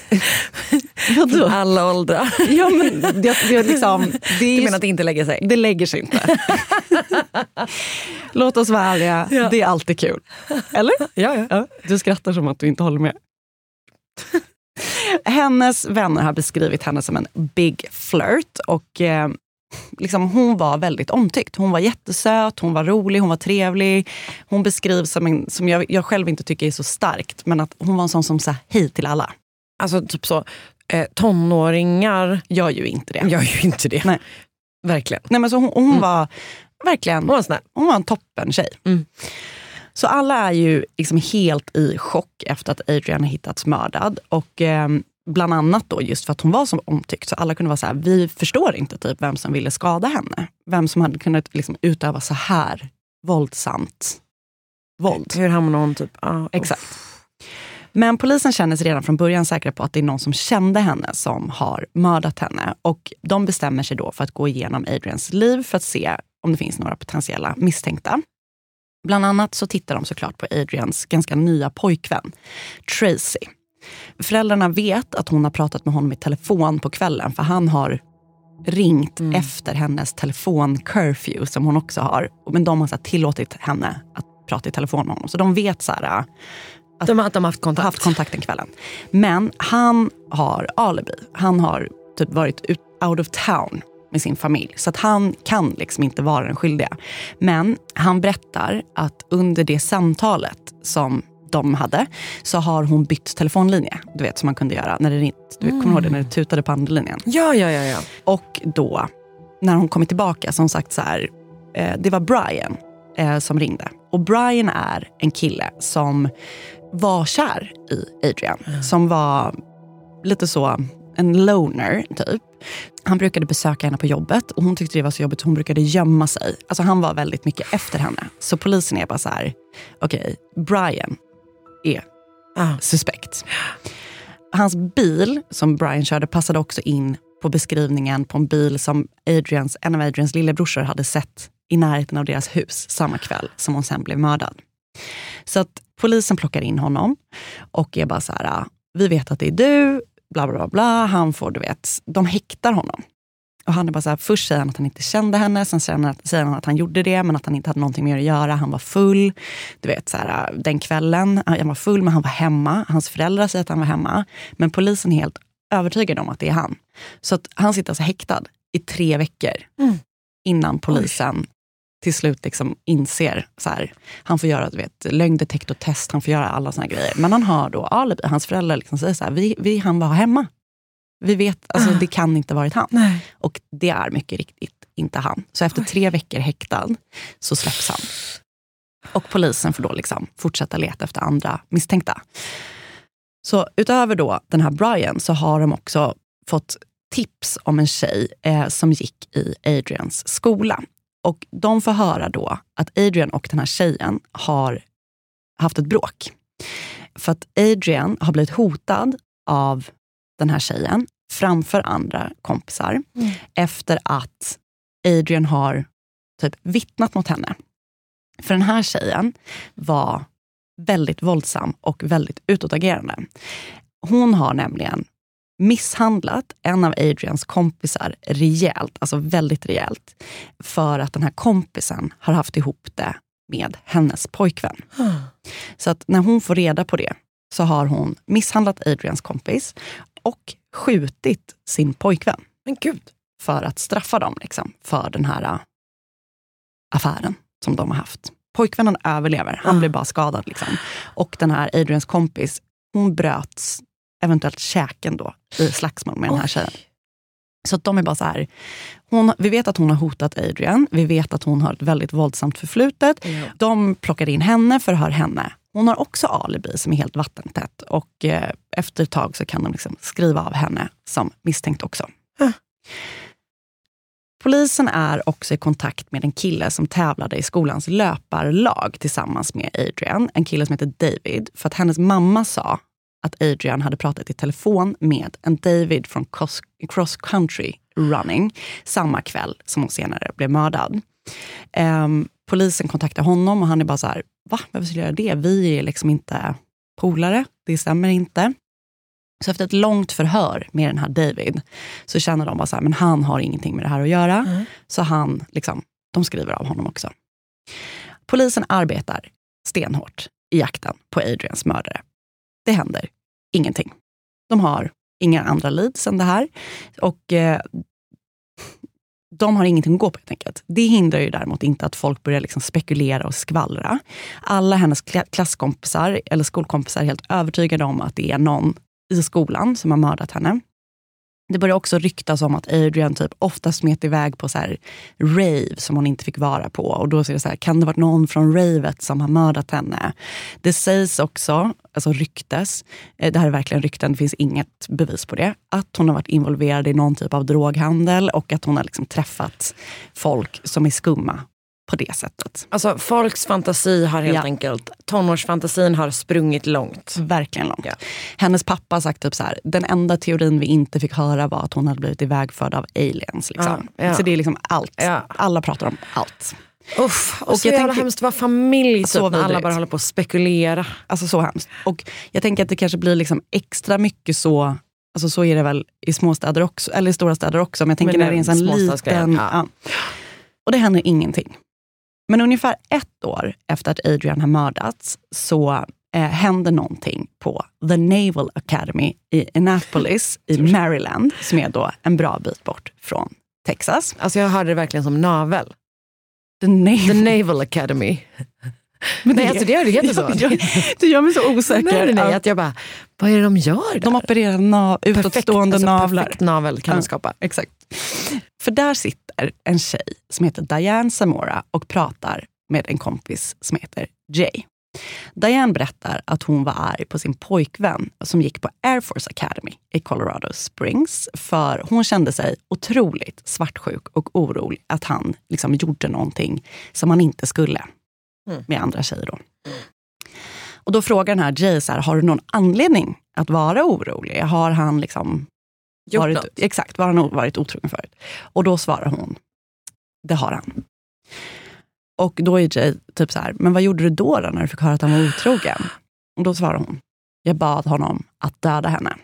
alla åldrar.
Ja, men det liksom...
Du menar att det inte lägger sig?
Det lägger sig inte. Låt oss vara ärliga. Ja. Det är alltid kul. Eller? Ja. Du skrattar som att du inte håller med. Hennes vänner har beskrivit henne som en big flirt och liksom, hon var väldigt omtyckt. Hon var jättesöt, hon var rolig, hon var trevlig. Hon beskrivs som jag själv inte tycker är så starkt, men att hon var en sån som sa hej till alla.
Alltså typ så, tonåringar
gör ju inte det.
Nej. Verkligen.
Nej, men så hon var verkligen,
hon var snäll.
Hon var en toppen tjej. Så alla är ju liksom helt i chock efter att Adrian hittats mördad. Och bland annat då just för att hon var så omtyckt. Så alla kunde vara så här, vi förstår inte typ vem som ville skada henne. Vem som hade kunnat liksom utöva så här våldsamt våld.
Hur hamnar hon typ?
Exakt. Men polisen känner sig redan från början säkra på att det är någon som kände henne som har mördat henne. Och de bestämmer sig då för att gå igenom Adrians liv för att se om det finns några potentiella misstänkta. Bland annat så tittar de såklart på Adrians ganska nya pojkvän, Tracy. Föräldrarna vet att hon har pratat med honom i telefon på kvällen, för han har ringt efter hennes telefon-curfew som hon också har. Men de har så här tillåtit henne att prata i telefon med honom. Så de vet så här att
de har haft
kontakt den kvällen. Men han har alibi. Han har typ varit out of town med sin familj. Så att han kan liksom inte vara den skyldiga. Men han berättar att under det samtalet som de hade så har hon bytt telefonlinje. Du vet, som man kunde göra när det kommer ihåg det när det tutade på andra linjen.
Ja.
Och då när hon kommer tillbaka så har hon sagt så här, det var Brian som ringde. Och Brian är en kille som var kär i Adrian. Som var lite så en loner typ. Han brukade besöka henne på jobbet och hon tyckte det var så jobbigt så hon brukade gömma sig. Alltså han var väldigt mycket efter henne. Så polisen är bara så här, okej, Brian är suspekt. Hans bil som Brian körde passade också in på beskrivningen på en bil som en av Adrians lillebrorsor hade sett i närheten av deras hus samma kväll som hon sen blev mördad. Så att polisen plockar in honom och är bara så här, vi vet att det är du, bla bla bla, han får, du vet, de häktar honom. Och han är bara så här, först säger han att han inte kände henne, sen säger han att han gjorde det, men att han inte hade någonting mer att göra, han var full. Du vet, så här, den kvällen, han var full men han var hemma, hans föräldrar säger att han var hemma, men polisen är helt övertygad om att det är han. Så att han sitter alltså häktad i 3 veckor innan polisen till slut liksom inser så här, han får göra, du vet, lögndetektortest, han får göra alla såna grejer. Men han har då alibi, hans föräldrar liksom säger så här, han var hemma. Vi vet, alltså det kan inte varit han.
Nej.
Och det är mycket riktigt inte han. Så efter 3 veckor häktad så släpps han. Och polisen får då liksom fortsätta leta efter andra misstänkta. Så utöver då den här Brian så har de också fått tips om en tjej som gick i Adrians skola. Och de får höra då att Adrian och den här tjejen har haft ett bråk. För att Adrian har blivit hotad av den här tjejen framför andra kompisar. Efter att Adrian har typ vittnat mot henne. För den här tjejen var väldigt våldsam och väldigt utåtagerande. Hon har nämligen misshandlat en av Adrians kompisar rejält, alltså väldigt rejält, för att den här kompisen har haft ihop det med hennes pojkvän. Så att när hon får reda på det så har hon misshandlat Adrians kompis och skjutit sin pojkvän.
Men gud.
För att straffa dem liksom, för den här affären som de har haft. Pojkvännen överlever, han blir bara skadad liksom. Och den här Adrians kompis, hon bröt eventuellt käken då i slagsmål med den här tjejen. Så att de är bara så här, vi vet att hon har hotat Adrian, vi vet att hon har ett väldigt våldsamt förflutet. De plockade in henne för att höra henne. Hon har också alibi som är helt vattentätt och efter ett tag så kan de liksom skriva av henne som misstänkt också. Polisen är också i kontakt med en kille som tävlade i skolans löparlag tillsammans med Adrian. En kille som heter David. För att hennes mamma sa att Adrian hade pratat i telefon med en David från cross country running samma kväll som hon senare blev mördad. Polisen kontaktar honom och han är bara så här, va? Varför skulle jag göra det? Vi är liksom inte polare, det stämmer inte. Så efter ett långt förhör med den här David så känner de bara så här, men han har ingenting med det här att göra. Så han, liksom, de skriver av honom också. Polisen arbetar stenhårt i jakten på Adrians mördare. Det händer ingenting. De har inga andra leads än det här. Och de har ingenting att gå på helt enkelt. Det hindrar ju däremot inte att folk börjar liksom spekulera och skvallra. Alla hennes klasskompisar eller skolkompisar är helt övertygade om att det är någon i skolan som har mördat henne. Det börjar också ryktas om att Adrian typ ofta smet iväg på så här rave som hon inte fick vara på. Och då är det så här, kan det vara någon från ravet som har mördat henne? Det sägs också, alltså ryktes, det här är verkligen rykten, det finns inget bevis på det, att hon har varit involverad i någon typ av droghandel och att hon har liksom träffat folk som är skumma på det sättet.
Alltså folks fantasi har helt enkelt, tonårsfantasin har sprungit långt.
Verkligen långt. Ja. Hennes pappa har sagt typ så här, den enda teorin vi inte fick höra var att hon hade blivit ivägförd av aliens. Liksom. Så det är liksom allt. Alla pratar om allt.
Uff, och så jävla hemskt att vara familj typ,
så
när alla bara håller på att spekulera.
Alltså så hemskt. Och jag tänker att det kanske blir liksom extra mycket så. Alltså så är det väl i småstäder också, eller i stora städer också. Men jag tänker när det är en liten. Ja. Och det händer ingenting. Men ungefär 1 år efter att Adrian har mördats så händer någonting på The Naval Academy i Annapolis i Maryland, som är då en bra bit bort från Texas.
Alltså jag hörde det verkligen som navel.
The Naval
Academy. Men nej, alltså det heter så.
Du gör mig så osäker.
Nej, att jag bara, vad är det de gör där?
De opererar utåtstående navlar.
Perfekt navel kan man skapa.
Exakt. För där sitter en tjej som heter Diane Zamora och pratar med en kompis som heter Jay. Diane berättar att hon var arg på sin pojkvän som gick på Air Force Academy i Colorado Springs. För hon kände sig otroligt svartsjuk och orolig att han liksom gjorde någonting som han inte skulle med andra tjejer då. Och då frågar den här Jay så här, har du någon anledning att vara orolig? Har han liksom var han varit otrogen förut? Och då svarar hon, det har han. Och då är Jay typ så här, men vad gjorde du då när du fick höra att han var otrogen? Och då svarar hon, jag bad honom att döda henne.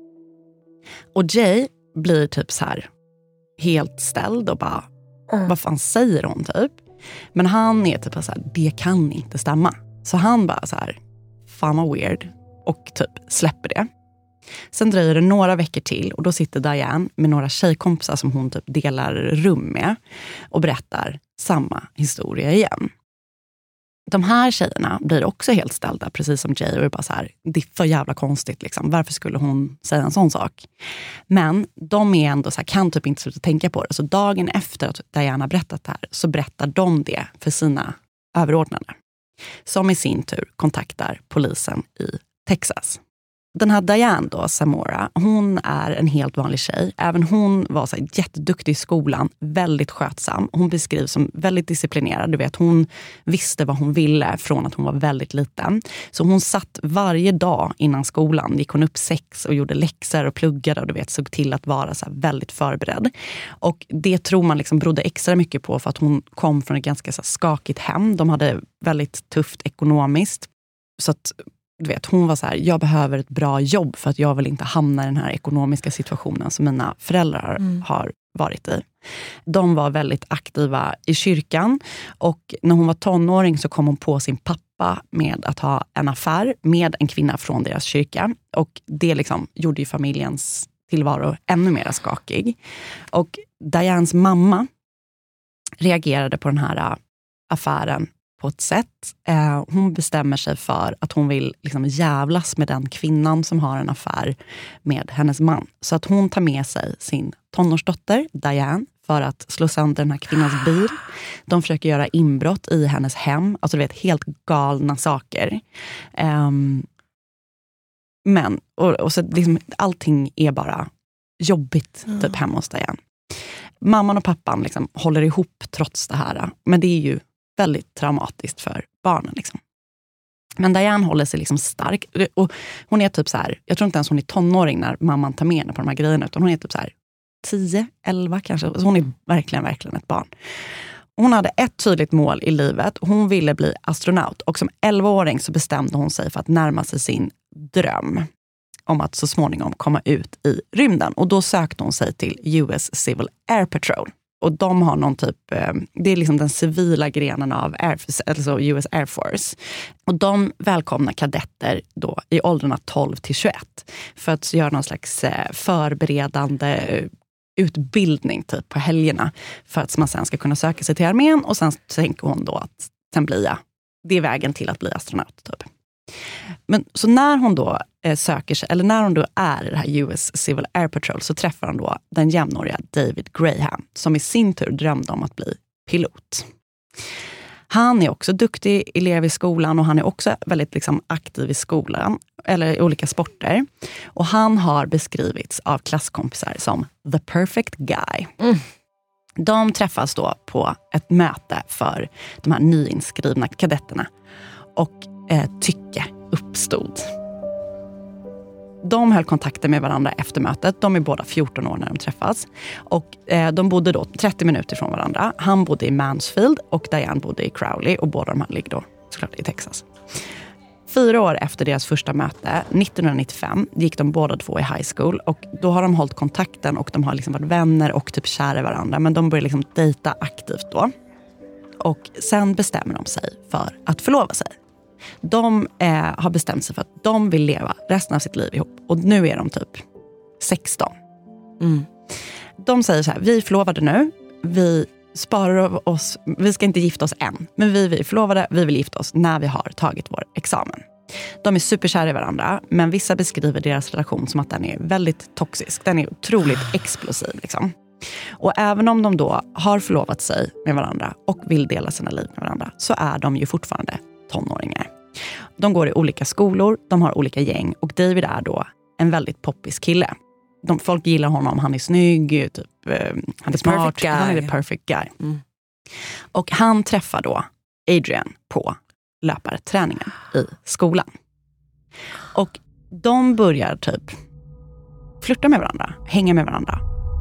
Och Jay blir typ så här helt ställd och bara, vad fan säger hon typ? Men han är typ så här, det kan inte stämma. Så han bara så här, fan vad weird. Och typ släpper det. Sen dröjer det några veckor till och då sitter Diane med några tjejkompisar som hon typ delar rum med och berättar samma historia igen. De här tjejerna blir också helt ställda, precis som Jay, och är bara så här, det är för jävla konstigt liksom. Varför skulle hon säga en sån sak? Men de är ändå så här, kan typ inte sluta tänka på det. Så dagen efter att Diana berättat det här så berättar de det för sina överordnade. Som i sin tur kontaktar polisen i Texas. den här Diane då, Zamora, hon är en helt vanlig tjej. Även hon var så här jätteduktig i skolan, väldigt skötsam. Hon beskrivs som väldigt disciplinerad. Du vet, hon visste vad hon ville från att hon var väldigt liten. Så hon satt varje dag innan skolan, gick hon upp 6 och gjorde läxor och pluggade och du vet, såg till att vara så här väldigt förberedd. Och det tror man liksom berodde extra mycket på för att hon kom från ett ganska så här skakigt hem. De hade väldigt tufft ekonomiskt. Så att du vet, hon var så här, jag behöver ett bra jobb för att jag vill inte hamna i den här ekonomiska situationen som mina föräldrar har varit i. De var väldigt aktiva i kyrkan och när hon var tonåring så kom hon på sin pappa med att ha en affär med en kvinna från deras kyrka. Och det liksom gjorde ju familjens tillvaro ännu mer skakig. Och Dianes mamma reagerade på den här affären på ett sätt. Hon bestämmer sig för att hon vill liksom jävlas med den kvinnan som har en affär med hennes man. Så att hon tar med sig sin tonårsdotter, Diane, för att slå sönder den här kvinnans bil. De försöker göra inbrott i hennes hem. Alltså du vet, helt galna saker. Men, och så liksom, allting är bara jobbigt typ hemma hos Diane. Mamman och pappan liksom håller ihop trots det här. Men det är ju väldigt traumatiskt för barnen liksom. Men Diane håller sig liksom stark. Och hon är typ så här, jag tror inte ens hon är tonåring när mamman tar med henne på de här grejerna, utan hon är typ så här 10, 11 kanske. Så hon är verkligen ett barn. Hon hade ett tydligt mål i livet. Hon ville bli astronaut. Och som 11-åring så bestämde hon sig för att närma sig sin dröm om att så småningom komma ut i rymden. Och då sökte hon sig till US Civil Air Patrol. Och de har någon typ, det är liksom den civila grenen av alltså US Air Force. Och de välkomnar kadetter då i åldrarna 12 till 21 för att göra någon slags förberedande utbildning typ på helgerna för att man sen ska kunna söka sig till armén. Och sen tänker hon då att sen blir det är vägen till att bli astronaut typ. Men så när hon då söker sig, eller när hon då är i det här US Civil Air Patrol, så träffar hon då den jämnåriga David Graham som i sin tur drömde om att bli pilot. Han är också duktig elev i skolan och han är också väldigt liksom aktiv i skolan eller i olika sporter. Och han har beskrivits av klasskompisar som the perfect guy. De träffas då på ett möte för de här nyinskrivna kadetterna och tycke uppstod. De höll kontakter med varandra efter mötet. De är båda 14 år när de träffas. Och de bodde då 30 minuter från varandra. Han bodde i Mansfield och Diane bodde i Crowley. Och båda de här ligger då såklart i Texas. 4 år efter deras första möte, 1995, gick de båda två i high school. Och då har de hållit kontakten och de har liksom varit vänner och typ kära varandra. Men de börjar liksom dejta aktivt då. Och sen bestämmer de sig för att förlova sig. De har bestämt sig för att de vill leva resten av sitt liv ihop. Och nu är de typ 16. De säger så här, vi är förlovade nu. Vi sparar oss, vi ska inte gifta oss än. Men vi är förlovade, vi vill gifta oss när vi har tagit vår examen. De är superkära i varandra. Men vissa beskriver deras relation som att den är väldigt toxisk. Den är otroligt explosiv liksom. Och även om de då har förlovat sig med varandra och vill dela sina liv med varandra, så är de ju fortfarande tonåringar. De går i olika skolor, de har olika gäng och David är då en väldigt poppis kille. Folk gillar honom, han är snygg, typ, han är smart, han är the perfect guy. Och han träffar då Adrian på löparträningen i skolan. Och de börjar typ flirta med varandra, hänga med varandra.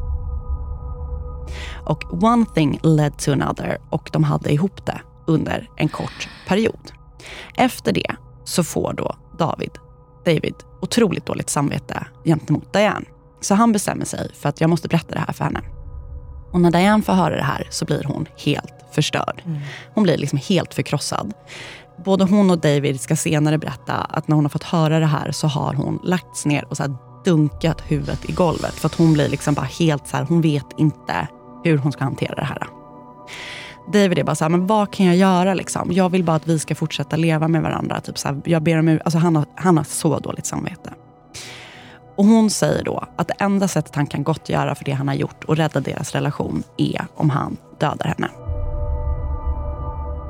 Och one thing led to another och de hade ihop det under en kort period. Efter det så får då David otroligt dåligt samvete gentemot Diane. Så han bestämmer sig för att jag måste berätta det här för henne. Och när Diane får höra det här så blir hon helt förstörd. Hon blir liksom helt förkrossad. Både hon och David ska senare berätta att när hon har fått höra det här så har hon lagts ner och så här dunkat huvudet i golvet. För att hon blir liksom bara helt så här, hon vet inte hur hon ska hantera det här. David är bara så här, men vad kan jag göra liksom? Jag vill bara att vi ska fortsätta leva med varandra. Typ så här, jag ber om alltså han har så dåligt samvete. Och hon säger då att det enda sättet han kan gottgöra för det han har gjort och rädda deras relation är om han dödar henne.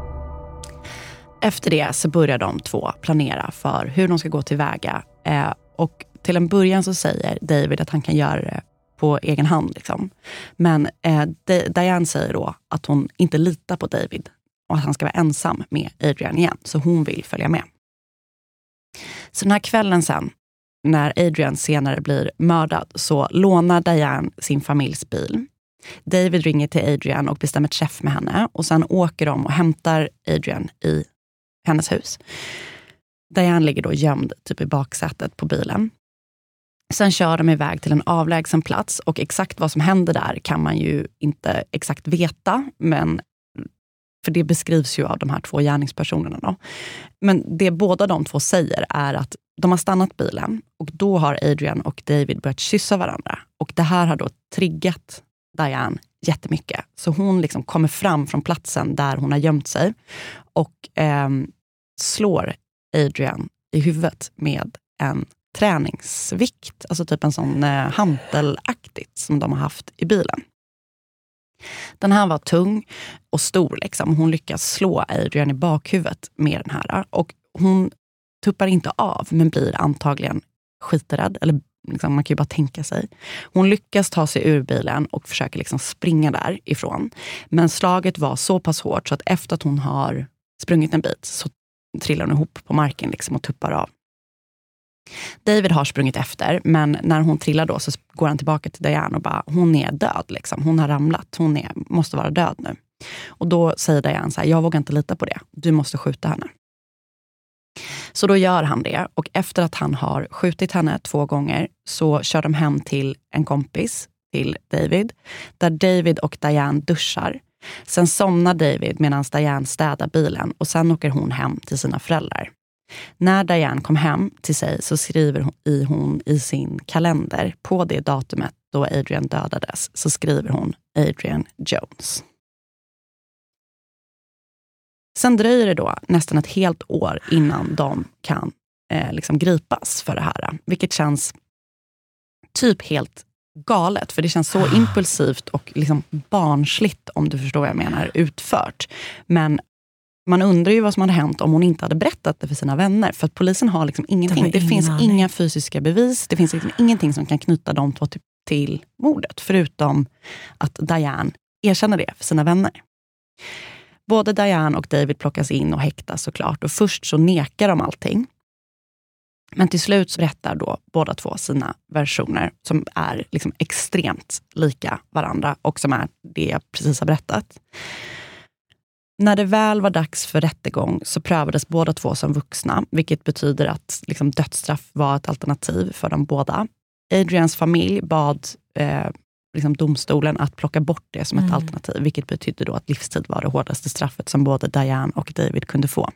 Efter det så börjar de två planera för hur de ska gå tillväga. Och till en början så säger David att han kan göra det på egen hand. Liksom. Men Diane säger då att hon inte litar på David och att han ska vara ensam med Adrian igen. Så hon vill följa med. Så den här kvällen sen, när Adrian senare blir mördad, så lånar Diane sin familjs bil. David ringer till Adrian och bestämmer träff med henne. Och sen åker de och hämtar Adrian i hennes hus. Diane ligger då gömd typ i baksätet på bilen. Sen kör de iväg till en avlägsen plats. Och exakt vad som händer där kan man ju inte exakt veta. Men för det beskrivs ju av de här 2 gärningspersonerna då. Men det båda de 2 säger är att de har stannat bilen. Och då har Adrian och David börjat kyssa varandra. Och det här har då triggat Diane jättemycket. Så hon liksom kommer fram från platsen där hon har gömt sig. Och slår Adrian i huvudet med en träningsvikt. Alltså typ en sån hantelaktigt som de har haft i bilen. Den här var tung och stor liksom. Hon lyckas slå Adrian i bakhuvudet med den här. Och hon tuppar inte av men blir antagligen skiträdd. Eller liksom, man kan ju bara tänka sig. Hon lyckas ta sig ur bilen och försöker liksom springa därifrån. Men slaget var så pass hårt så att efter att hon har sprungit en bit så trillar hon ihop på marken liksom och tuppar av. David har sprungit efter, men när hon trillar då så går han tillbaka till Diane och bara, hon är död liksom. Hon har ramlat, måste vara död nu. Och då säger Diane så här, jag vågar inte lita på det. Du måste skjuta henne. Så då gör han det, och efter att han har skjutit henne 2 gånger så kör de hem till en kompis till David, där David och Diane duschar. Sen somnar David medan Diane städar bilen och sen åker hon hem till sina föräldrar. När Diane kom hem till sig så skriver hon i sin kalender på det datumet då Adrian dödades, så skriver hon Adrian Jones. Sen dröjer det då nästan ett helt år innan de kan liksom gripas för det här. Vilket känns typ helt galet, för det känns så impulsivt och liksom barnsligt, om du förstår vad jag menar, utfört. Men man undrar ju vad som hade hänt om hon inte hade berättat det för sina vänner. För att polisen har liksom ingenting. Det finns inga fysiska bevis. Det finns liksom ingenting som kan knyta de 2 till mordet. Förutom att Diane erkänner det för sina vänner. Både Diane och David plockas in och häktas såklart. Och först så nekar de allting. Men till slut så berättar då båda 2 sina versioner som är liksom extremt lika varandra. Och som är det jag precis har berättat. När det väl var dags för rättegång så prövades båda 2 som vuxna, vilket betyder att liksom, dödsstraff var ett alternativ för dem båda. Adrians familj bad liksom, domstolen att plocka bort det som ett alternativ, vilket betydde då att livstid var det hårdaste straffet som både Diane och David kunde få.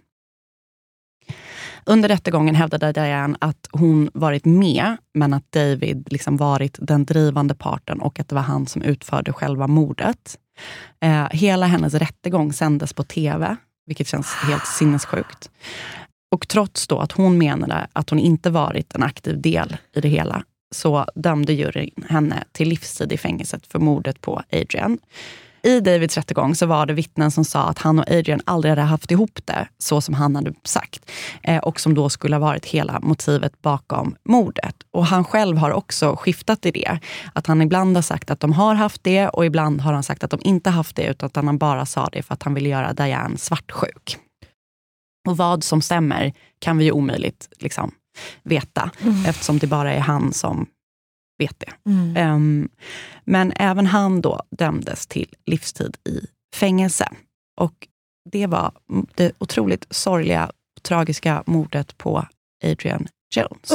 Under rättegången hävdade Diane att hon varit med, men att David liksom varit den drivande parten och att det var han som utförde själva mordet. Hela hennes rättegång sändes på tv, vilket känns helt sinnessjukt. Och trots då att hon menade att hon inte varit en aktiv del i det hela, så dömde juryn henne till livstid i fängelset för mordet på Adrian. I Davids rättegång så var det vittnen som sa att han och Adrian aldrig hade haft ihop det så som han hade sagt. Och som då skulle ha varit hela motivet bakom mordet. Och han själv har också skiftat i det. Att han ibland har sagt att de har haft det och ibland har han sagt att de inte haft det, utan att han bara sa det för att han ville göra Diane svartsjuk. Och vad som stämmer kan vi ju omöjligt liksom veta, eftersom det bara är han som vet det. Men även han då dömdes till livstid i fängelse. Och det var det otroligt sorgliga och tragiska mordet på Adrian Jones.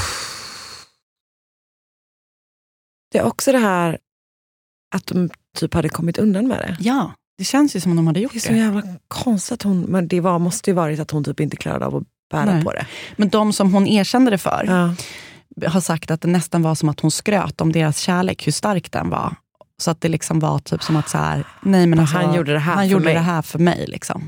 Det är också det här att de typ hade kommit undan med det.
Ja, det känns ju som om de hade gjort det.
Det är så jävla konstigt men det måste ju varit att hon typ inte klarade av att bära på det.
Men de som hon erkände det för har sagt att det nästan var som att hon skröt om deras kärlek, hur stark den var. Så att det liksom var typ som att så här, nej men alltså,
han gjorde det här
för mig liksom.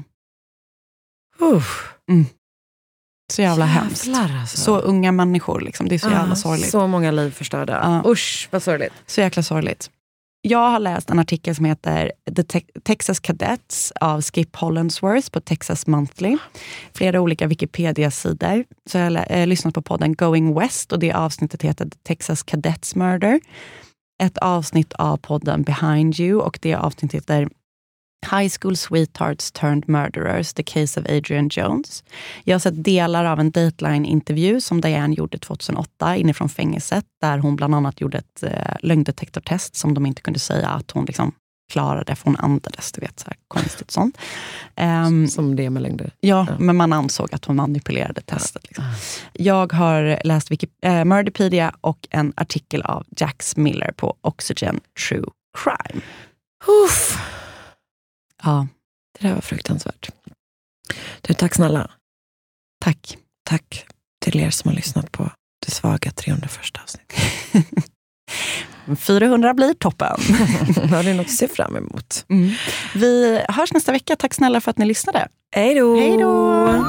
Så jävla hemskt.
Alltså.
Så unga människor liksom, det är så jävla sorgligt.
Så många liv förstörda. Usch, vad sorgligt.
Så jäkla sorgligt. Jag har läst en artikel som heter The Texas Cadets av Skip Hollandsworth på Texas Monthly. Flera olika Wikipedia-sidor. Så jag har lyssnat på podden Going West och det avsnittet heter The Texas Cadets Murder. Ett avsnitt av podden Behind You och det avsnittet heter High School Sweethearts Turned Murderers, The Case of Adrian Jones. Jag har sett delar av en Dateline-intervju som Diane gjorde 2008 inifrån fängelset där hon bland annat gjorde ett lögndetektortest som de inte kunde säga att hon liksom klarade för hon andades, du vet, så här konstigt sånt.
Som det med lögner.
Ja, men man ansåg att hon manipulerade testet. Liksom. Jag har läst Murderpedia och en artikel av Jax Miller på Oxygen True Crime.
Uff.
Ja.
Det där var fruktansvärt. Du, tack snälla.
Tack.
Tack till er som har lyssnat på Det svaga 301 avsnitt.
400 blir toppen.
Ja, det är något att se fram emot.
Vi hörs nästa vecka. Tack snälla för att ni lyssnade.
Hej då!
Hej då!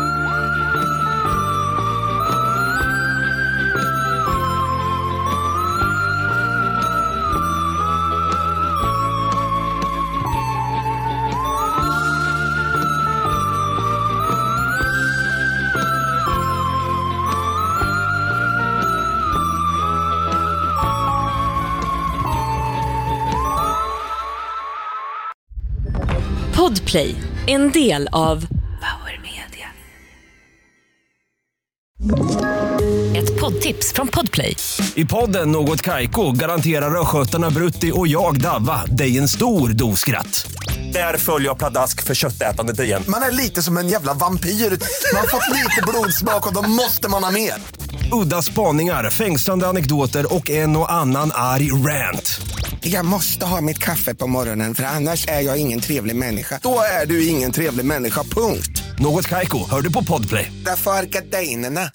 Podplay, en del av Power Media. Ett poddtips från Podplay.
I podden Något Kaiko garanterar röskötarna Brutti och jag Davva dig en stor doskratt. Där följer jag pladask för köttätandet igen.
Man är lite som en jävla vampyr. Man har fått lite blodsmak och då måste man ha mer.
Udda spaningar, fängslande anekdoter och en och annan arg rant.
Jag måste ha mitt kaffe på morgonen för annars är jag ingen trevlig människa. Då är du ingen trevlig människa, punkt.
Något Kaiko, hör du på Podplay.
Därför är gardinerna.